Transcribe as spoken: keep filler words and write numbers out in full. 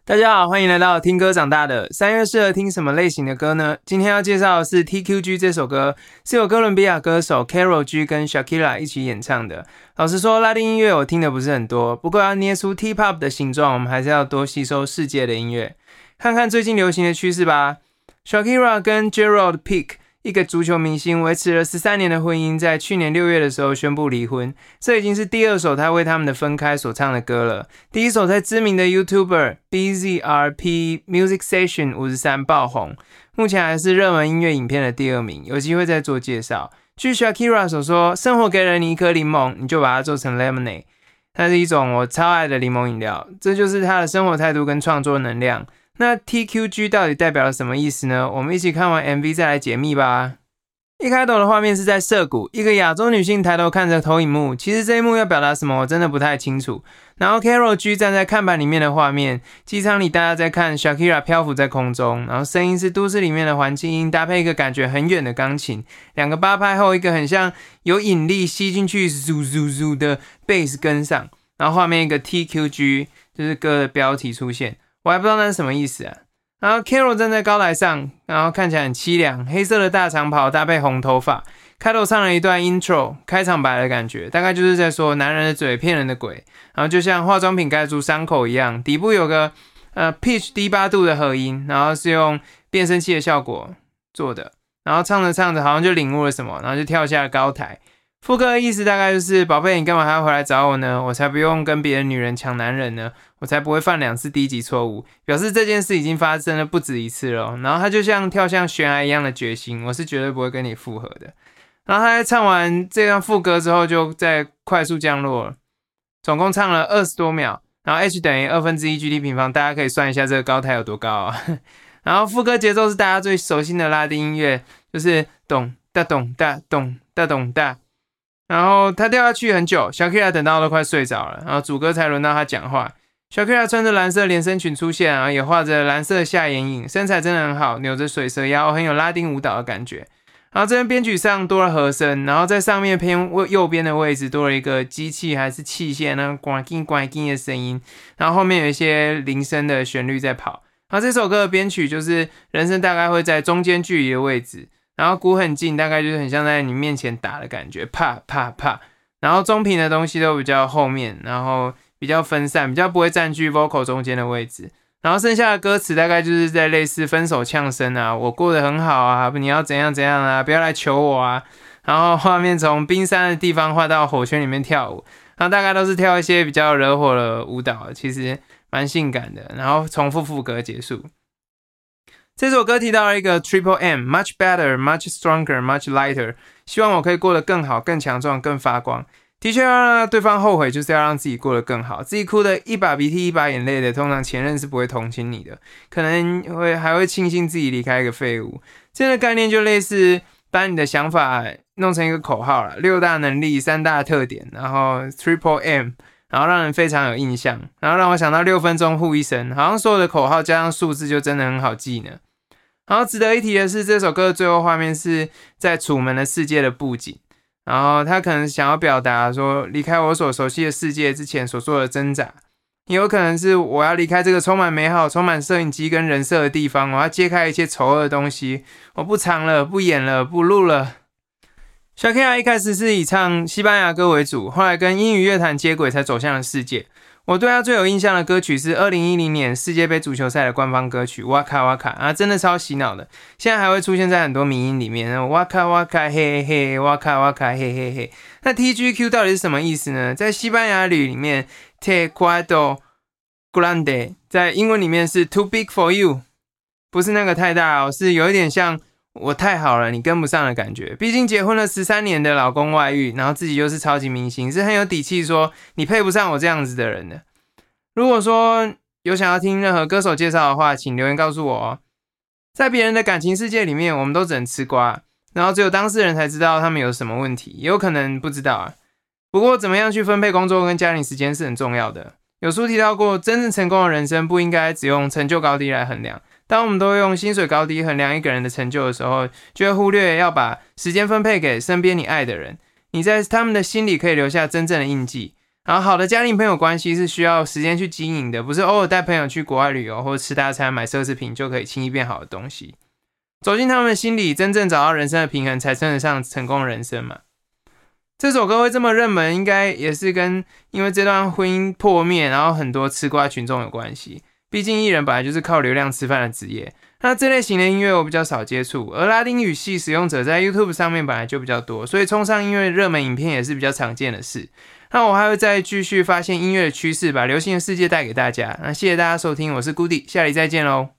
大家好，欢迎来到听歌长大的。三月适合听什么类型的歌呢？今天要介绍的是 T Q G 这首歌，是由哥伦比亚歌手 Karol G 跟 Shakira 一起演唱的。老实说，拉丁音乐我听的不是很多，不过要捏出 T-pop 的形状，我们还是要多吸收世界的音乐，看看最近流行的趋势吧。Shakira 跟 Gerald Pique，一个足球明星维持了十三年的婚姻，在去年六月的时候宣布离婚。这已经是第二首他为他们的分开所唱的歌了。第一首在知名的 YouTuber B Z R P Music Station 五十三爆红，目前还是热门音乐影片的第二名，有机会再做介绍。据 Shakira 所说，生活给了你一颗柠檬，你就把它做成 lemonade， 它是一种我超爱的柠檬饮料，这就是他的生活态度跟创作能量。那 T Q G 到底代表了什么意思呢？我们一起看完 M V 再来解密吧。一开头的画面是在涩谷，一个亚洲女性抬头看着投影幕，其实这一幕要表达什么我真的不太清楚。然后 Karol G 站在看板里面的画面，机场里大家在看 Shakira 漂浮在空中，然后声音是都市里面的环境音，搭配一个感觉很远的钢琴，两个八拍后一个很像有引力吸进去 zoom zoom zoom 的 bass 跟上，然后画面一个 T Q G 就是歌的标题出现，我还不知道那是什么意思啊。然后 Karol 站在高台上，然后看起来很凄凉，黑色的大长袍搭配红头发，开头唱了一段 intro 开场白的感觉，大概就是在说男人的嘴骗人的鬼，然后就像化妆品盖住伤口一样，底部有个呃 pitch 低八度的和音，然后是用变声器的效果做的，然后唱着唱着好像就领悟了什么，然后就跳下了高台。副歌的意思大概就是宝贝你干嘛还要回来找我呢？我才不用跟别的女人抢男人呢，我才不会犯两次低级错误，表示这件事已经发生了不止一次了。然后他就像跳向悬崖一样的决心，我是绝对不会跟你复合的。然后他在唱完这段副歌之后就再快速降落了，总共唱了二十多秒，然后 H 等于二分之一 G T 平方，大家可以算一下这个高台有多高啊。然后副歌节奏是大家最熟悉的拉丁音乐，就是咚哒咚哒咚哒咚哒。然后他掉下去很久， Shakira 等到都快睡着了，然后主歌才轮到他讲话。Shakira 穿着蓝色连身裙出现，然后也画着蓝色下眼影，身材真的很好，扭着水蛇腰，很有拉丁舞蹈的感觉。然后这边编曲上多了和声，然后在上面偏右边的位置多了一个机器还是器械那个呱唧呱唧的声音，然后后面有一些铃声的旋律在跑。然后这首歌的编曲就是人声大概会在中间距离的位置，然后鼓很近，大概就是很像在你面前打的感觉，啪啪啪。然后中频的东西都比较后面，然后比较分散，比较不会占据 vocal 中间的位置。然后剩下的歌词大概就是在类似分手呛声啊，我过得很好啊，你要怎样怎样啊，不要来求我啊。然后画面从冰山的地方画到火圈里面跳舞，然后大概都是跳一些比较惹火的舞蹈，其实蛮性感的。然后重复副歌结束。这首歌提到了一个 Triple M Much better, much stronger, much lighter， 希望我可以过得更好，更强壮，更发光。的确要让对方后悔，就是要让自己过得更好。自己哭得一把鼻涕一把眼泪的，通常前任是不会同情你的，可能会还会庆幸自己离开一个废物。这样的概念就类似把你的想法弄成一个口号啦，六大能力三大特点，然后 Triple M， 然后让人非常有印象，然后让我想到六分钟护一生，好像所有的口号加上数字就真的很好记呢。然后值得一提的是，这首歌的最后画面是在楚门的世界的布景，然后他可能想要表达说离开我所熟悉的世界之前所做的挣扎，也有可能是我要离开这个充满美好充满摄影机跟人设的地方，我要揭开一切丑恶的东西，我不唱了，不演了，不录了。Shakira 一开始是以唱西班牙歌为主，后来跟英语乐坛接轨才走向了世界。我对他最有印象的歌曲是二零一零年世界杯足球赛的官方歌曲 Waka Waka， 啊，真的超洗脑的，现在还会出现在很多迷音里面 Waka Waka 嘿嘿 Waka Waka 嘿嘿嘿。那 T G Q 到底是什么意思呢？在西班牙语里面 Te Quedo Grande， 在英文里面是 Too Big For You， 不是那个太大哦，是有一点像我太好了你跟不上的感觉。毕竟结婚了十三年的老公外遇，然后自己又是超级明星，是很有底气说你配不上我这样子的人的。如果说有想要听任何歌手介绍的话，请留言告诉我哦。在别人的感情世界里面，我们都只能吃瓜，然后只有当事人才知道他们有什么问题，也有可能不知道啊。不过怎么样去分配工作跟家庭时间是很重要的。有书提到过，真正成功的人生不应该只用成就高低来衡量。当我们都用薪水高低衡量一个人的成就的时候，就会忽略要把时间分配给身边你爱的人，你在他们的心里可以留下真正的印记。 然后好的家庭朋友关系是需要时间去经营的，不是偶尔带朋友去国外旅游或者吃大餐买奢侈品就可以轻易变好的东西。走进他们的心里，真正找到人生的平衡，才称得上成功人生嘛。这首歌会这么热门，应该也是跟因为这段婚姻破灭，然后很多吃瓜群众有关系。毕竟艺人本来就是靠流量吃饭的职业，那这类型的音乐我比较少接触，而拉丁语系使用者在 YouTube 上面本来就比较多，所以冲上音乐热门影片也是比较常见的事。那我还会再继续发现音乐的趋势，把流行的世界带给大家。那谢谢大家收听，我是 Goody， 下集再见喽。